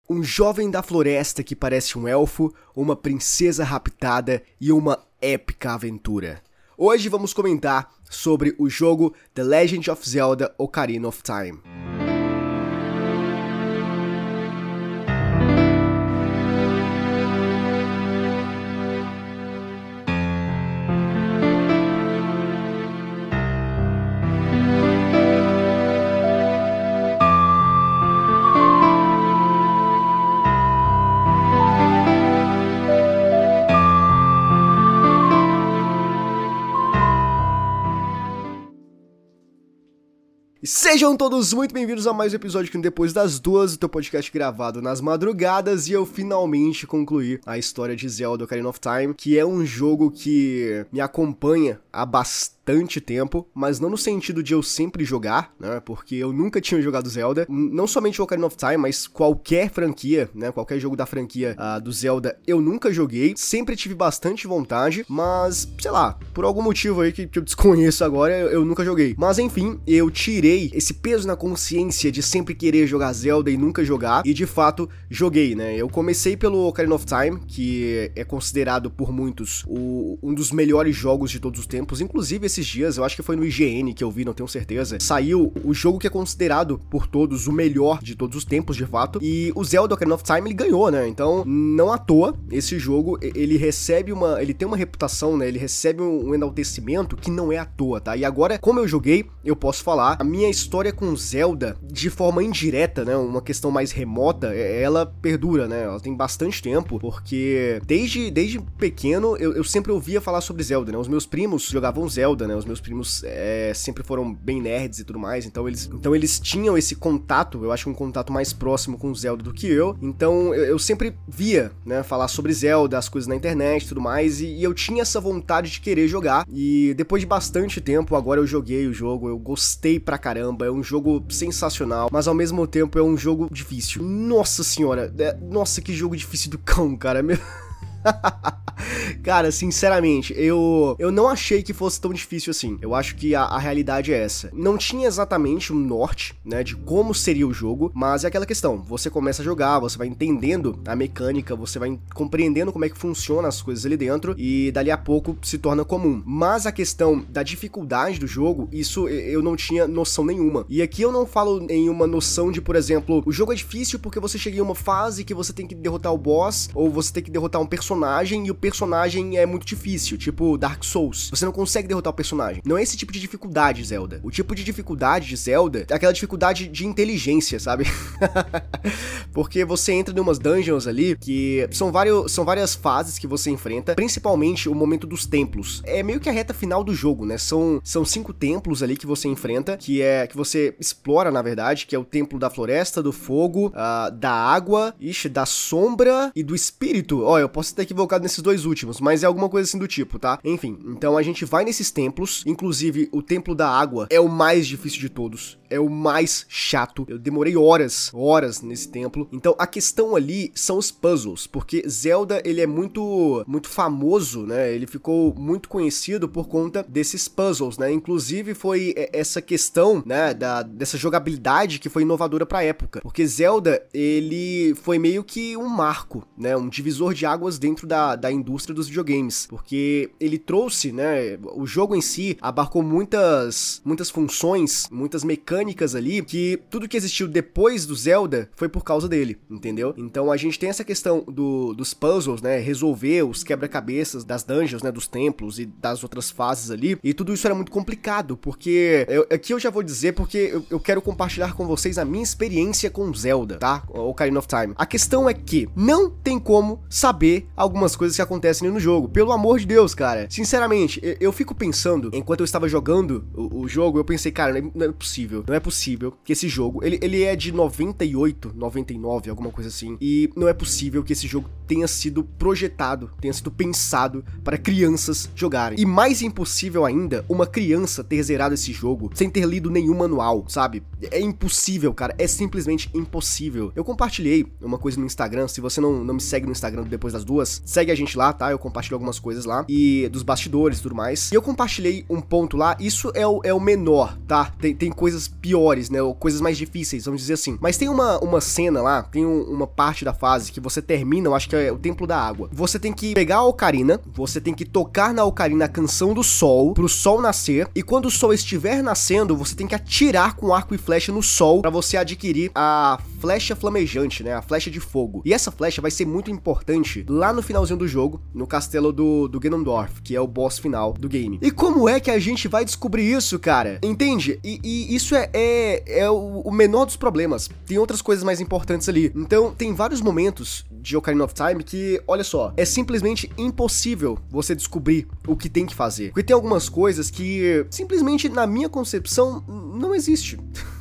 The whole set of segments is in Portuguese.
Um jovem da floresta que parece um elfo, uma princesa raptada e uma épica aventura. Hoje vamos comentar sobre o jogo The Legend of Zelda Ocarina of Time. Sejam todos muito bem-vindos a mais um episódio aqui Depois das Duas, o teu podcast gravado nas madrugadas, e eu finalmente concluí a história de Zelda Ocarina of Time, que é um jogo que me acompanha há bastante tempo, mas não no sentido de eu sempre jogar, né, porque eu nunca tinha jogado Zelda, não somente o Ocarina of Time, mas qualquer franquia, né, qualquer jogo da franquia do Zelda eu nunca joguei, sempre tive bastante vontade, mas, sei lá, por algum motivo aí que eu desconheço agora, eu nunca joguei. Mas enfim, eu tirei esse peso na consciência de sempre querer jogar Zelda e nunca jogar, e de fato joguei, né. Eu comecei pelo Ocarina of Time, que é considerado por muitos um dos melhores jogos de todos os tempos, inclusive esses dias, eu acho que foi no IGN que eu vi, não tenho certeza, saiu o jogo que é considerado por todos o melhor de todos os tempos, de fato, e o Zelda Ocarina of Time ele ganhou, né, então não à toa, esse jogo, ele tem uma reputação, né, ele recebe um enaltecimento que não é à toa, tá, e agora, como eu joguei, eu posso falar, a minha história com Zelda, de forma indireta, né, uma questão mais remota, ela perdura, né, ela tem bastante tempo, porque desde pequeno, eu sempre ouvia falar sobre Zelda, né, os meus primos jogavam Zelda, né, os meus primos sempre foram bem nerds e tudo mais, então eles tinham esse contato, eu acho um contato mais próximo com Zelda do que eu, então eu sempre via, né, falar sobre Zelda, as coisas na internet e tudo mais, e eu tinha essa vontade de querer jogar, e depois de bastante tempo, agora eu joguei o jogo, eu gostei pra caramba, é um jogo sensacional, mas ao mesmo tempo é um jogo difícil. Nossa senhora, nossa, que jogo difícil do cão, cara, meu... Cara, sinceramente, eu não achei que fosse tão difícil assim. Eu acho que a realidade é essa. Não tinha exatamente um norte, né, de como seria o jogo, mas é aquela questão, você começa a jogar, você vai entendendo a mecânica, você vai compreendendo como é que funciona as coisas ali dentro, e dali a pouco se torna comum. Mas a questão da dificuldade do jogo, isso eu não tinha noção nenhuma. E aqui eu não falo em uma noção de, por exemplo, o jogo é difícil porque você chega em uma fase que você tem que derrotar o boss, ou você tem que derrotar um personagem, e o personagem é muito difícil, tipo Dark Souls. Você não consegue derrotar o personagem. Não é esse tipo de dificuldade, Zelda. O tipo de dificuldade de Zelda é aquela dificuldade de inteligência, sabe? Porque você entra em umas dungeons ali, que são várias fases que você enfrenta, principalmente o momento dos templos. É meio que a reta final do jogo, né? São 5 templos ali que você enfrenta, que você explora, na verdade, que é o templo da floresta, do fogo, da água, da sombra e do espírito. Ó, eu posso estar equivocado nesses dois últimos, mas é alguma coisa assim do tipo, tá? Enfim, então a gente vai nesses templos, inclusive o templo da água é o mais difícil de todos, é o mais chato, eu demorei horas nesse templo. Então a questão ali são os puzzles, porque Zelda, ele é muito famoso, né, ele ficou muito conhecido por conta desses puzzles, né, inclusive foi essa questão, né, dessa jogabilidade que foi inovadora pra época, porque Zelda, ele foi meio que um marco, né, um divisor de águas dentro da indústria dos videogames, porque ele trouxe, né, o jogo em si abarcou muitas funções, muitas mecânicas ali, que tudo que existiu depois do Zelda foi por causa dele, entendeu? Então a gente tem essa questão dos puzzles, né, resolver os quebra-cabeças das dungeons, né, dos templos e das outras fases ali, e tudo isso era muito complicado, porque aqui eu já vou dizer, porque eu quero compartilhar com vocês a minha experiência com Zelda, tá? Ocarina of Time. A questão é que não tem como saber algumas coisas que acontecem no jogo, pelo amor de Deus, cara. Sinceramente, eu fico pensando, enquanto eu estava jogando o jogo, eu pensei, cara, não é possível que esse jogo, ele é de 98, 99, alguma coisa assim, e não é possível que esse jogo tenha sido projetado, tenha sido pensado para crianças jogarem. E mais impossível ainda, uma criança ter zerado esse jogo sem ter lido nenhum manual, sabe? É impossível, cara, é simplesmente impossível. Eu compartilhei uma coisa no Instagram, se você não me segue no Instagram Depois das Duas, segue a gente lá, tá? Eu compartilho algumas coisas lá, e dos bastidores e tudo mais. E eu compartilhei um ponto lá, isso é o menor, tá? Tem coisas piores, né, ou coisas mais difíceis, vamos dizer assim. Mas tem uma cena lá, tem uma parte da fase que você termina, eu acho que é o Templo da Água. Você tem que pegar a ocarina, você tem que tocar na ocarina a canção do sol, pro sol nascer, e quando o sol estiver nascendo, você tem que atirar com arco e flecha no sol pra você adquirir a flecha flamejante, né, a flecha de fogo. E essa flecha vai ser muito importante lá no finalzinho do jogo, no castelo do Ganondorf, que é o boss final do game. E como é que a gente vai descobrir isso, cara? Entende? E isso é o menor dos problemas. Tem outras coisas mais importantes ali. Então, tem vários momentos de Ocarina of Time que, olha só, é simplesmente impossível você descobrir o que tem que fazer. Porque tem algumas coisas que, simplesmente, na minha concepção, não existe.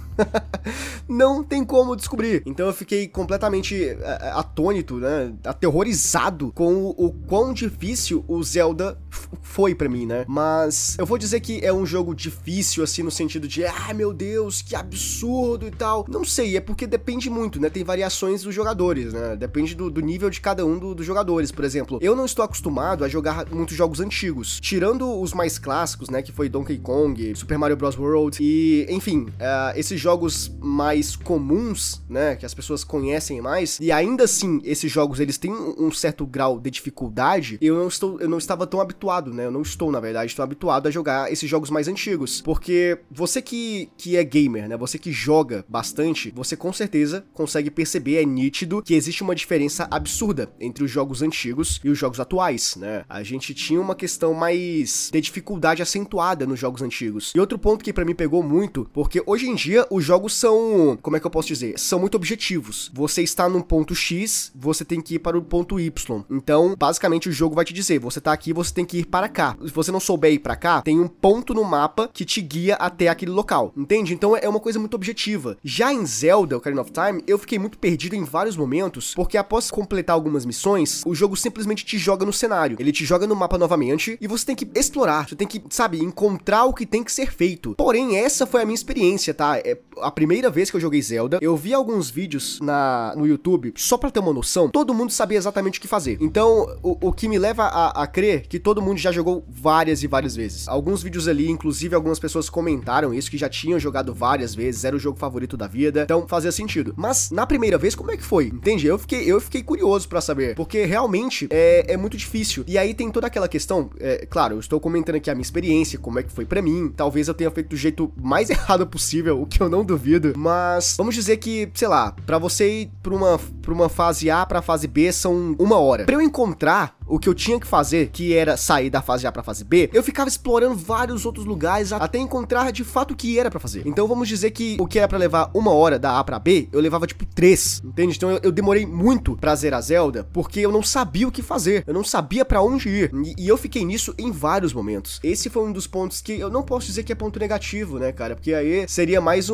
Não tem como descobrir. Então eu fiquei completamente atônito, né, aterrorizado com o quão difícil o Zelda foi pra mim, né. Mas eu vou dizer que é um jogo difícil, assim, no sentido de, meu Deus, que absurdo e tal. Não sei, é porque depende muito, né, tem variações dos jogadores, né, depende do nível de cada um dos jogadores. Por exemplo, eu não estou acostumado a jogar muitos jogos antigos, tirando os mais clássicos, né, que foi Donkey Kong, Super Mario Bros. World e, enfim, esses jogos mais comuns, né, que as pessoas conhecem mais, e ainda assim, esses jogos, eles têm um certo grau de dificuldade, eu não estava tão habituado, né, eu não estou, na verdade, estou habituado a jogar esses jogos mais antigos, porque você que é gamer, né, você que joga bastante, você com certeza consegue perceber, é nítido, que existe uma diferença absurda entre os jogos antigos e os jogos atuais, né, a gente tinha uma questão mais de dificuldade acentuada nos jogos antigos. E outro ponto que pra mim pegou muito, porque hoje em dia os jogos são, como é que eu posso dizer? São muito objetivos. Você está num ponto X, você tem que ir para o ponto Y. Então, basicamente, o jogo vai te dizer, você tá aqui, você tem que ir para cá. Se você não souber ir para cá, tem um ponto no mapa que te guia até aquele local, entende? Então, é uma coisa muito objetiva. Já em Zelda, Ocarina of Time, eu fiquei muito perdido em vários momentos, porque após completar algumas missões, o jogo simplesmente te joga no cenário. Ele te joga no mapa novamente, e você tem que explorar, você tem que, sabe, encontrar o que tem que ser feito. Porém, essa foi a minha experiência, tá? A primeira vez que eu joguei Zelda, eu vi alguns vídeos no YouTube, só pra ter uma noção, todo mundo sabia exatamente o que fazer. Então, o que me leva a crer que todo mundo já jogou várias e várias vezes. Alguns vídeos ali, inclusive algumas pessoas comentaram isso, que já tinham jogado várias vezes, era o jogo favorito da vida, então fazia sentido. Mas, na primeira vez, como é que foi? Entende? Eu fiquei curioso pra saber, porque realmente é muito difícil. E aí tem toda aquela questão, claro, eu estou comentando aqui a minha experiência, como é que foi pra mim, talvez eu tenha feito do jeito mais errado possível, o que eu não duvido, mas vamos dizer que, sei lá, pra você ir pra uma fase A pra fase B são 1 hora. Pra eu encontrar o que eu tinha que fazer, que era sair da fase A pra fase B, eu ficava explorando vários outros lugares até encontrar de fato o que era pra fazer. Então vamos dizer que o que era pra levar 1 hora da A pra B, eu levava tipo 3, entende? Então eu demorei muito pra zerar Zelda, porque eu não sabia o que fazer, eu não sabia pra onde ir, e eu fiquei nisso em vários momentos. Esse foi um dos pontos que eu não posso dizer que é ponto negativo, né, cara, porque aí seria mais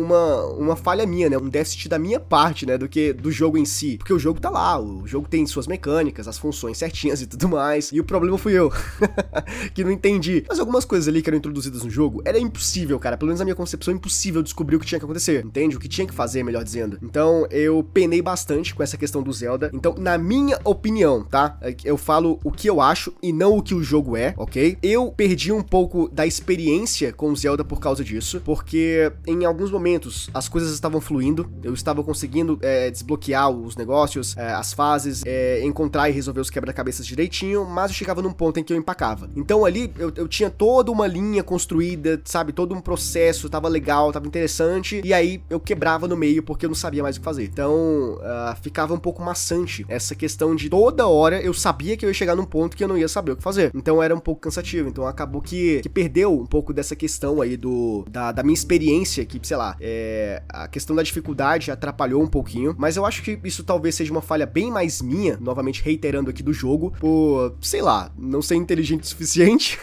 uma falha minha, né, um déficit da minha parte, né, do que do jogo em si, porque o jogo tá lá, o jogo tem suas mecânicas, as funções certinhas e tudo mais, e o problema fui eu, que não entendi. Mas algumas coisas ali que eram introduzidas no jogo, era impossível, cara, pelo menos na minha concepção, impossível descobrir o que tinha que acontecer, entende? O que tinha que fazer, melhor dizendo. Então, eu penei bastante com essa questão do Zelda. Então, na minha opinião, tá? Eu falo o que eu acho e não o que o jogo é, ok? Eu perdi um pouco da experiência com o Zelda por causa disso, porque em alguns momentos as coisas estavam fluindo, eu estava conseguindo desbloquear os negócios, as fases, encontrar e resolver os quebra-cabeças direitinho, mas eu chegava num ponto em que eu empacava. Então ali eu tinha toda uma linha construída, sabe, todo um processo, tava legal, tava interessante, e aí eu quebrava no meio porque eu não sabia mais o que fazer. Então ficava um pouco maçante essa questão de toda hora eu sabia que eu ia chegar num ponto que eu não ia saber o que fazer. Então era um pouco cansativo, então acabou que perdeu um pouco dessa questão aí da minha experiência, que, sei lá, a questão da dificuldade atrapalhou um pouquinho, mas eu acho que isso talvez seja uma falha bem mais minha, novamente reiterando aqui do jogo, por, sei lá, não ser inteligente o suficiente.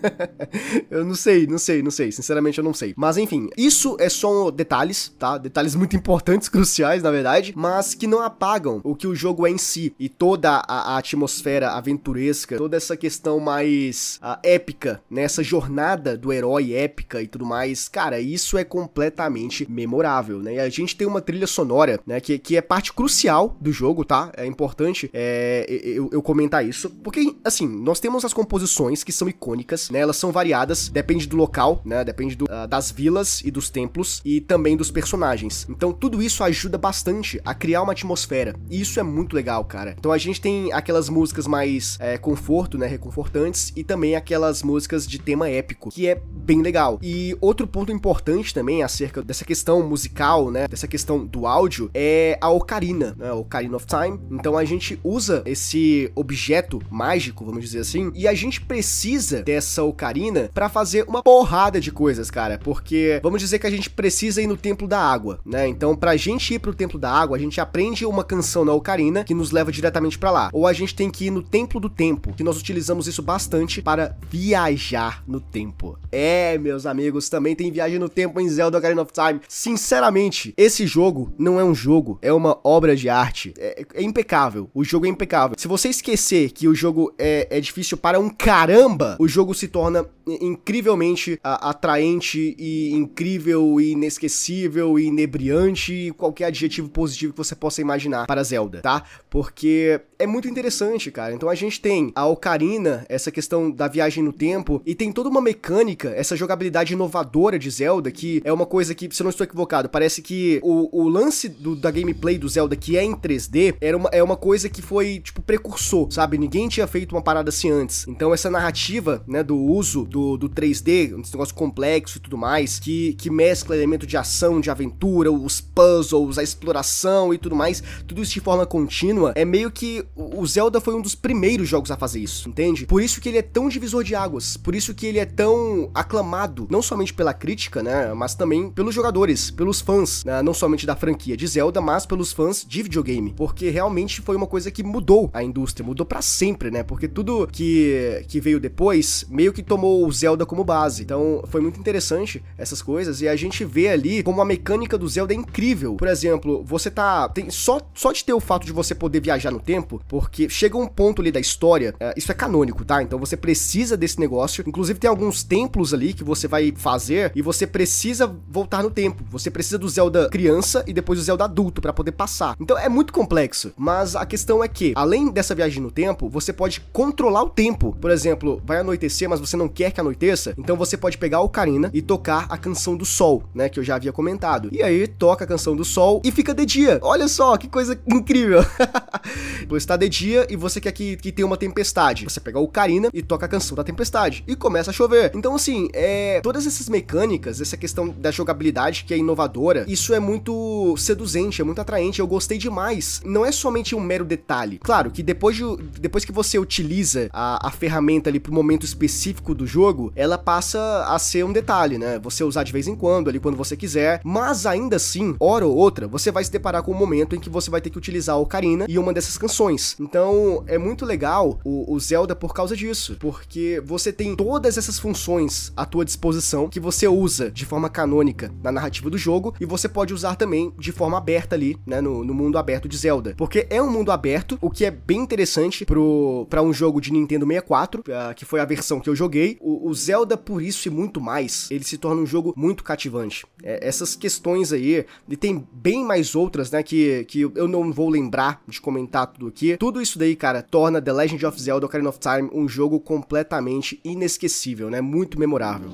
Eu não sei, sinceramente eu não sei. Mas enfim, isso é só detalhes, tá? Detalhes muito importantes, cruciais, na verdade, mas que não apagam o que o jogo é em si, e toda a atmosfera aventuresca, toda essa questão mais épica, né? Essa jornada do herói épica e tudo mais, cara, isso é completamente memorável, né? E a gente tem uma trilha sonora, né? Que é parte crucial do jogo, tá? É importante eu comentar isso, porque, assim, nós temos as composições que são icônicas, mecânicas, né? Elas são variadas, depende do local, né? Depende das vilas e dos templos e também dos personagens. Então tudo isso ajuda bastante a criar uma atmosfera. E isso é muito legal, cara. Então a gente tem aquelas músicas mais conforto, né? Reconfortantes, e também aquelas músicas de tema épico, que é bem legal. E outro ponto importante também acerca dessa questão musical, né? Dessa questão do áudio, é a Ocarina, né? Ocarina of Time. Então a gente usa esse objeto mágico, vamos dizer assim, e a gente precisa dessa Ocarina pra fazer uma porrada de coisas, cara, porque vamos dizer que a gente precisa ir no Templo da Água, né? Então pra gente ir pro Templo da Água, a gente aprende uma canção na Ocarina que nos leva diretamente pra lá. Ou a gente tem que ir no Templo do Tempo, que nós utilizamos isso bastante para viajar no tempo. Meus amigos, também tem viagem no tempo em Zelda Ocarina of Time. Sinceramente, esse jogo não é um jogo, é uma obra de arte. É impecável, o jogo é impecável. Se você esquecer que o jogo é difícil para um caramba, o jogo se torna incrivelmente atraente e incrível e inesquecível e inebriante e qualquer adjetivo positivo que você possa imaginar para Zelda, tá? Porque é muito interessante, cara. Então a gente tem a Ocarina, essa questão da viagem no tempo, e tem toda uma mecânica, essa jogabilidade inovadora de Zelda, que é uma coisa que, se eu não estou equivocado, parece que o lance da gameplay do Zelda, que é em 3D, é uma coisa que foi, tipo, precursor, sabe? Ninguém tinha feito uma parada assim antes. Então essa narrativa, né, do uso do 3D, um negócio complexo e tudo mais, que mescla elemento de ação, de aventura, os puzzles, a exploração e tudo mais, tudo isso de forma contínua, é meio que o Zelda foi um dos primeiros jogos a fazer isso, entende? Por isso que ele é tão divisor de águas, por isso que ele é tão aclamado, não somente pela crítica, né, mas também pelos jogadores, pelos fãs, né, não somente da franquia de Zelda, mas pelos fãs de videogame, porque realmente foi uma coisa que mudou a indústria, mudou pra sempre, né, porque tudo que veio depois, meio que tomou o Zelda como base, então foi muito interessante essas coisas, e a gente vê ali como a mecânica do Zelda é incrível. Por exemplo, você só de ter o fato de você poder viajar no tempo, porque chega um ponto ali da história, isso é canônico, tá? Então você precisa desse negócio, inclusive tem alguns templos ali que você vai fazer e você precisa voltar no tempo, você precisa do Zelda criança e depois do Zelda adulto pra poder passar. Então é muito complexo, mas a questão é que, além dessa viagem no tempo, você pode controlar o tempo. Por exemplo, vai anoitecer, mas você não quer que anoiteça, então você pode pegar a Ocarina e tocar a canção do sol, né, que eu já havia comentado. E aí toca a canção do sol e fica de dia. Olha só, que coisa incrível. Você tá de dia e você quer que tenha uma tempestade. Você pega a Ocarina e toca a canção da tempestade e começa a chover. Então assim, todas essas mecânicas, essa questão da jogabilidade que é inovadora, isso é muito seduzente, é muito atraente, eu gostei demais. Não é somente um mero detalhe. Claro que depois que você utiliza a ferramenta ali pro momento específico do jogo, ela passa a ser um detalhe, né? Você usar de vez em quando, ali quando você quiser, mas ainda assim, hora ou outra, você vai se deparar com um momento em que você vai ter que utilizar a Ocarina e uma dessas canções. Então, é muito legal o Zelda por causa disso, porque você tem todas essas funções à tua disposição que você usa de forma canônica na narrativa do jogo, e você pode usar também de forma aberta ali, né, no mundo aberto de Zelda, porque é um mundo aberto, o que é bem interessante pra um jogo de Nintendo 64, que foi a versão que eu joguei. O Zelda, por isso e muito mais, ele se torna um jogo muito cativante. Essas questões aí, e tem bem mais outras, né, que eu não vou lembrar de comentar tudo aqui. Tudo isso daí, cara, torna The Legend of Zelda Ocarina of Time um jogo completamente inesquecível, né, muito memorável.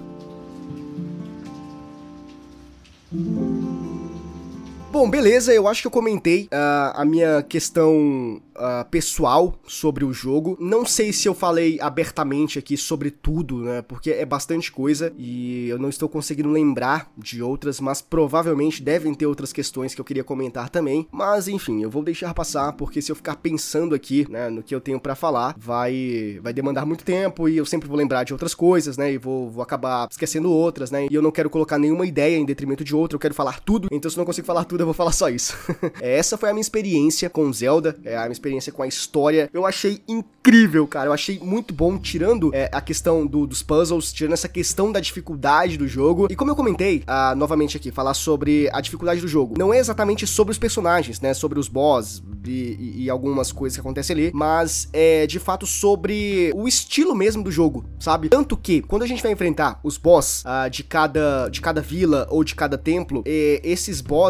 Bom, beleza, eu acho que eu comentei a minha questão pessoal sobre o jogo. Não sei se eu falei abertamente aqui sobre tudo, né, porque é bastante coisa e eu não estou conseguindo lembrar de outras, mas provavelmente devem ter outras questões que eu queria comentar também, mas enfim, eu vou deixar passar, porque se eu ficar pensando aqui, né, no que eu tenho pra falar, vai demandar muito tempo e eu sempre vou lembrar de outras coisas, né, e vou acabar esquecendo outras, né, e eu não quero colocar nenhuma ideia em detrimento de outra, eu quero falar tudo, então se eu não consigo falar tudo, eu vou falar só isso. Essa foi a minha experiência com Zelda, a minha experiência com a história. Eu achei incrível, cara, eu achei muito bom, tirando a questão dos puzzles, tirando essa questão da dificuldade do jogo, e como eu comentei, novamente aqui, falar sobre a dificuldade do jogo, não é exatamente sobre os personagens, né, sobre os boss e algumas coisas que acontecem ali, mas é de fato sobre o estilo mesmo do jogo, sabe? Tanto que, quando a gente vai enfrentar os boss de cada vila ou de cada templo, esses boss aí,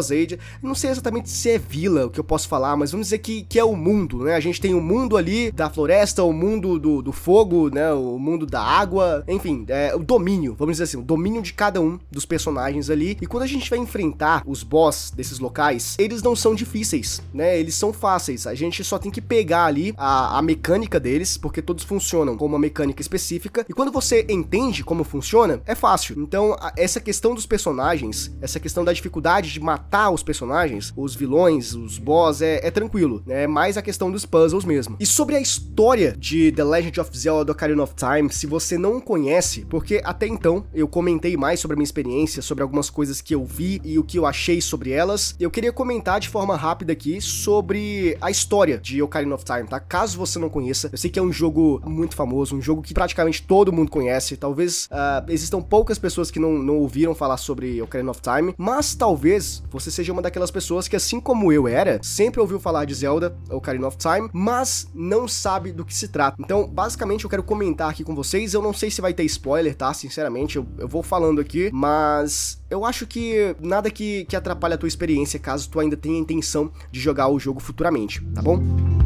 não sei exatamente se é vila o que eu posso falar, mas vamos dizer que é o mundo, né? A gente tem o mundo ali da floresta, o mundo do fogo, né? O mundo da água, enfim, o domínio, vamos dizer assim, o domínio de cada um dos personagens ali. E quando a gente vai enfrentar os boss desses locais, eles não são difíceis, né? Eles são fáceis. A gente só tem que pegar ali a mecânica deles, porque todos funcionam com uma mecânica específica. E quando você entende como funciona, é fácil. Então, essa questão dos personagens, essa questão da dificuldade de matar os personagens, os vilões, os boss, é tranquilo, né? É mais a questão dos puzzles mesmo. E sobre a história de The Legend of Zelda Ocarina of Time, se você não conhece, porque até então eu comentei mais sobre a minha experiência, sobre algumas coisas que eu vi e o que eu achei sobre elas, eu queria comentar de forma rápida aqui sobre a história de Ocarina of Time, tá? Caso você não conheça, eu sei que é um jogo muito famoso, um jogo que praticamente todo mundo conhece, talvez existam poucas pessoas que não ouviram falar sobre Ocarina of Time, mas talvez você seja uma daquelas pessoas que, assim como eu era, sempre ouviu falar de Zelda Ocarina of Time, mas não sabe do que se trata. Então, basicamente, eu quero comentar aqui com vocês, eu não sei se vai ter spoiler, tá? Sinceramente, eu vou falando aqui, mas eu acho que nada que atrapalhe a tua experiência, caso tu ainda tenha a intenção de jogar o jogo futuramente, tá bom?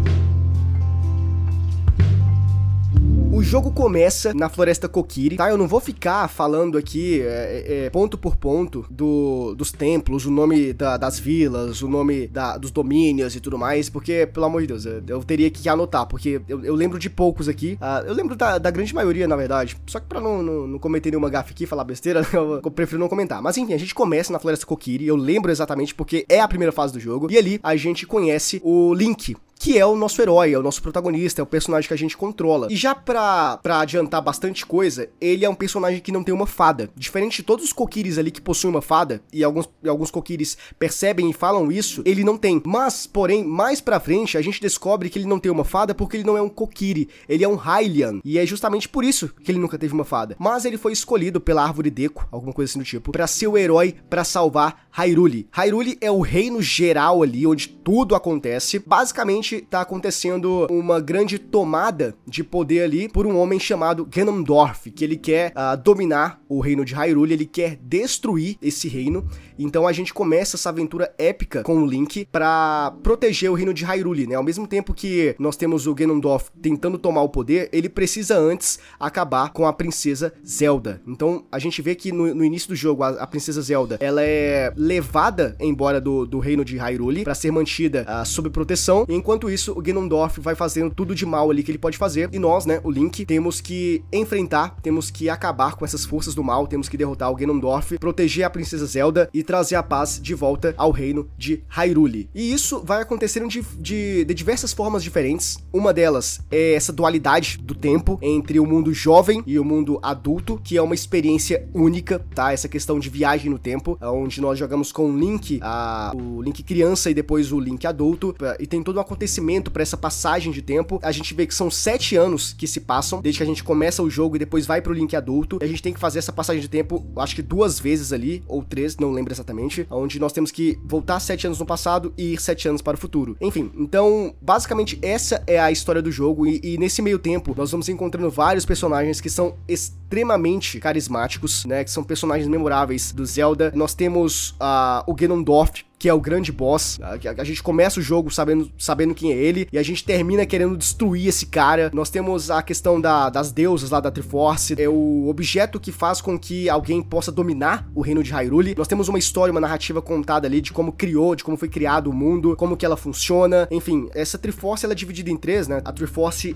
O jogo começa na Floresta Kokiri, tá? Eu não vou ficar falando aqui ponto por ponto dos templos, o nome das vilas, o nome dos domínios e tudo mais, porque, pelo amor de Deus, eu teria que anotar, porque eu lembro de poucos aqui. Eu lembro da grande maioria, na verdade, só que pra não cometer nenhuma gafe aqui, falar besteira, eu prefiro não comentar. Mas enfim, a gente começa na Floresta Kokiri, eu lembro exatamente porque é a primeira fase do jogo, e ali a gente conhece o Link, que é o nosso herói, é o nosso protagonista, é o personagem que a gente controla. E já pra adiantar bastante coisa, ele é um personagem que não tem uma fada. Diferente de todos os Kokiris ali que possuem uma fada, e alguns Kokiris percebem e falam isso, ele não tem. Mas, porém, mais pra frente, a gente descobre que ele não tem uma fada porque ele não é um Kokiri, ele é um Hylian. E é justamente por isso que ele nunca teve uma fada. Mas ele foi escolhido pela Árvore Deku, alguma coisa assim do tipo, pra ser o herói pra salvar Hyrule. Hyrule é o reino geral ali, onde tudo acontece. Basicamente, tá acontecendo uma grande tomada de poder ali por um homem chamado Ganondorf, que ele quer dominar o reino de Hyrule, ele quer destruir esse reino. Então a gente começa essa aventura épica com o Link pra proteger o reino de Hyrule, né? Ao mesmo tempo que nós temos o Ganondorf tentando tomar o poder, ele precisa antes acabar com a princesa Zelda. Então a gente vê que no início do jogo a princesa Zelda, ela é levada embora do reino de Hyrule pra ser mantida sob proteção, e enquanto isso o Ganondorf vai fazendo tudo de mal ali que ele pode fazer, e nós, né, o Link, temos que enfrentar, temos que acabar com essas forças do mal, temos que derrotar o Ganondorf, proteger a princesa Zelda e trazer a paz de volta ao reino de Hyrule. E isso vai acontecendo de diversas formas diferentes. Uma delas é essa dualidade do tempo entre o mundo jovem e o mundo adulto, que é uma experiência única, tá? Essa questão de viagem no tempo, onde nós jogamos com o Link criança e depois o Link adulto, e tem todo um acontecimento para essa passagem de tempo. A gente vê que são 7 anos que se passam, desde que a gente começa o jogo e depois vai pro Link adulto, e a gente tem que fazer essa passagem de tempo, acho que 2 vezes ali, ou 3, não lembro exatamente, onde nós temos que voltar 7 anos no passado e ir 7 anos para o futuro. Enfim, então, basicamente essa é a história do jogo, e nesse meio tempo, nós vamos encontrando vários personagens que são extremamente carismáticos, né, que são personagens memoráveis do Zelda. Nós temos o Ganondorf, que é o grande boss. A gente começa o jogo sabendo quem é ele, e a gente termina querendo destruir esse cara. Nós temos a questão das deusas lá da Triforce, é o objeto que faz com que alguém possa dominar o reino de Hyrule. Nós temos uma história, uma narrativa contada ali de como foi criado o mundo, como que ela funciona. Enfim, essa Triforce, ela é dividida em 3, né? A Triforce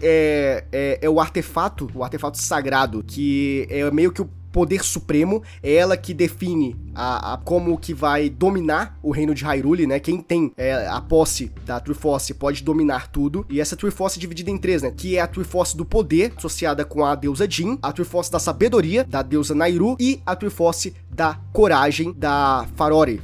é o artefato sagrado, que é meio que o poder supremo, é ela que define como que vai dominar o reino de Hyrule, né? Quem tem a posse da Triforce pode dominar tudo, e essa Triforce é dividida em 3, né? Que é a Triforce do poder, associada com a deusa Jin, a Triforce da sabedoria, da deusa Nayru, e a Triforce da coragem, da Farore,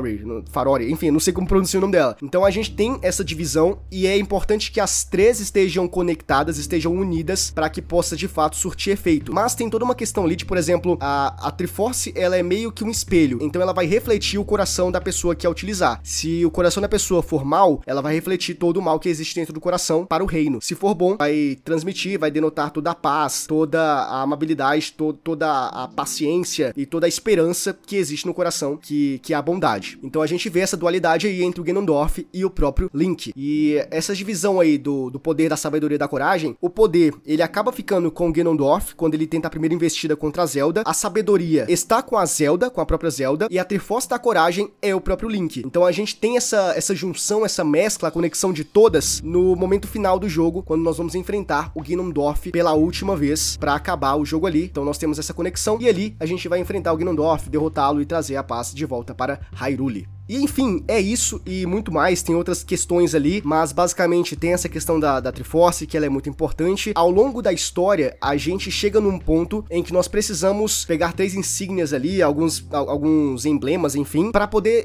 enfim, não sei como pronunciar o nome dela. Então a gente tem essa divisão, e é importante que as 3 estejam conectadas, estejam unidas, para que possa de fato surtir efeito. Mas tem toda uma questão ali de, por exemplo, a Triforce, ela é meio que um espelho, então ela vai refletir o coração da pessoa que a utilizar. Se o coração da pessoa for mal, ela vai refletir todo o mal que existe dentro do coração para o reino. Se for bom, vai transmitir, vai denotar toda a paz, toda a amabilidade, toda a paciência e toda a esperança esperança que existe no coração, que é a bondade. Então a gente vê essa dualidade aí entre o Ganondorf e o próprio Link. E essa divisão aí do poder, da sabedoria e da coragem, o poder, ele acaba ficando com o Ganondorf quando ele tenta a primeira investida contra a Zelda. A sabedoria está com a Zelda, com a própria Zelda, e a Triforce da coragem é o próprio Link. Então a gente tem essa junção, essa mescla, a conexão de todas no momento final do jogo, quando nós vamos enfrentar o Ganondorf pela última vez pra acabar o jogo ali. Então nós temos essa conexão e ali a gente vai enfrentar o Ganondorf, derrotá-lo e trazer a paz de volta para Hyrule. E enfim, é isso e muito mais, tem outras questões ali, mas basicamente tem essa questão da Triforce, que ela é muito importante. Ao longo da história, a gente chega num ponto em que nós precisamos pegar 3 insígnias ali, alguns emblemas, enfim, para poder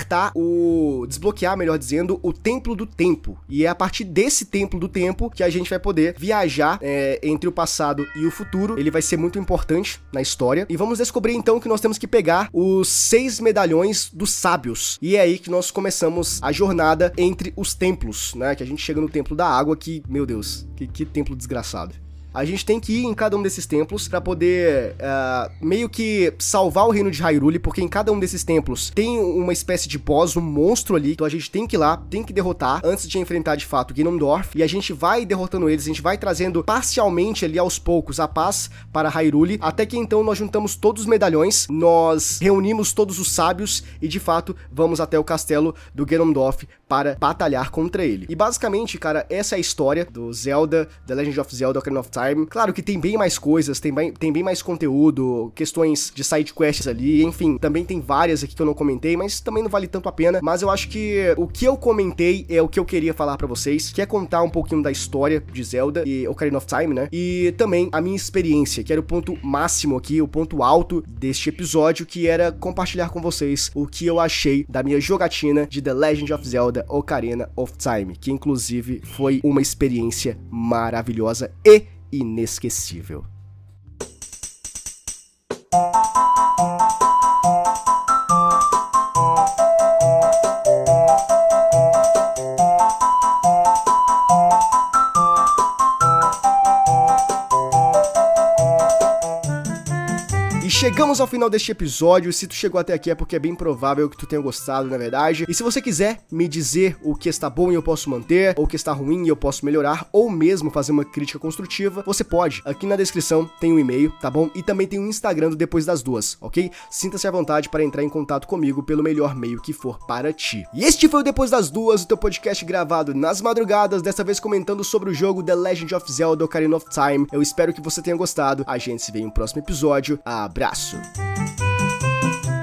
desbloquear, melhor dizendo, o Templo do Tempo. E é a partir desse Templo do Tempo que a gente vai poder viajar entre o passado e o futuro. Ele vai ser muito importante na história. E vamos descobrir então que nós temos que pegar os 6 medalhões dos sábios. E é aí que nós começamos a jornada entre os templos, né? Que a gente chega no Templo da Água, que, meu Deus, que templo desgraçado. A gente tem que ir em cada um desses templos pra poder meio que salvar o reino de Hyrule, porque em cada um desses templos tem uma espécie de boss, um monstro ali, então a gente tem que ir lá, tem que derrotar antes de enfrentar de fato o Ganondorf, e a gente vai derrotando eles, a gente vai trazendo parcialmente ali aos poucos a paz para Hyrule, até que então nós juntamos todos os medalhões, nós reunimos todos os sábios e de fato vamos até o castelo do Ganondorf para batalhar contra ele. E basicamente, cara, essa é a história do Zelda, The Legend of Zelda Ocarina of Time. Claro que tem bem mais coisas, tem bem mais conteúdo, questões de side quests ali, enfim, também tem várias aqui que eu não comentei, mas também não vale tanto a pena. Mas eu acho que o que eu comentei é o que eu queria falar pra vocês, que é contar um pouquinho da história de Zelda e Ocarina of Time, né? E também a minha experiência, que era o ponto máximo aqui, o ponto alto deste episódio, que era compartilhar com vocês o que eu achei da minha jogatina de The Legend of Zelda Ocarina of Time, que inclusive foi uma experiência maravilhosa e inesquecível. Chegamos ao final deste episódio. Se tu chegou até aqui é porque é bem provável que tu tenha gostado, na verdade. E se você quiser me dizer o que está bom e eu posso manter, ou o que está ruim e eu posso melhorar, ou mesmo fazer uma crítica construtiva, você pode. Aqui na descrição tem um e-mail, tá bom? E também tem um Instagram do Depois das Duas, ok? Sinta-se à vontade para entrar em contato comigo pelo melhor meio que for para ti. E este foi o Depois das Duas, o teu podcast gravado nas madrugadas, dessa vez comentando sobre o jogo The Legend of Zelda Ocarina of Time. Eu espero que você tenha gostado. A gente se vê em um próximo episódio. Abraço!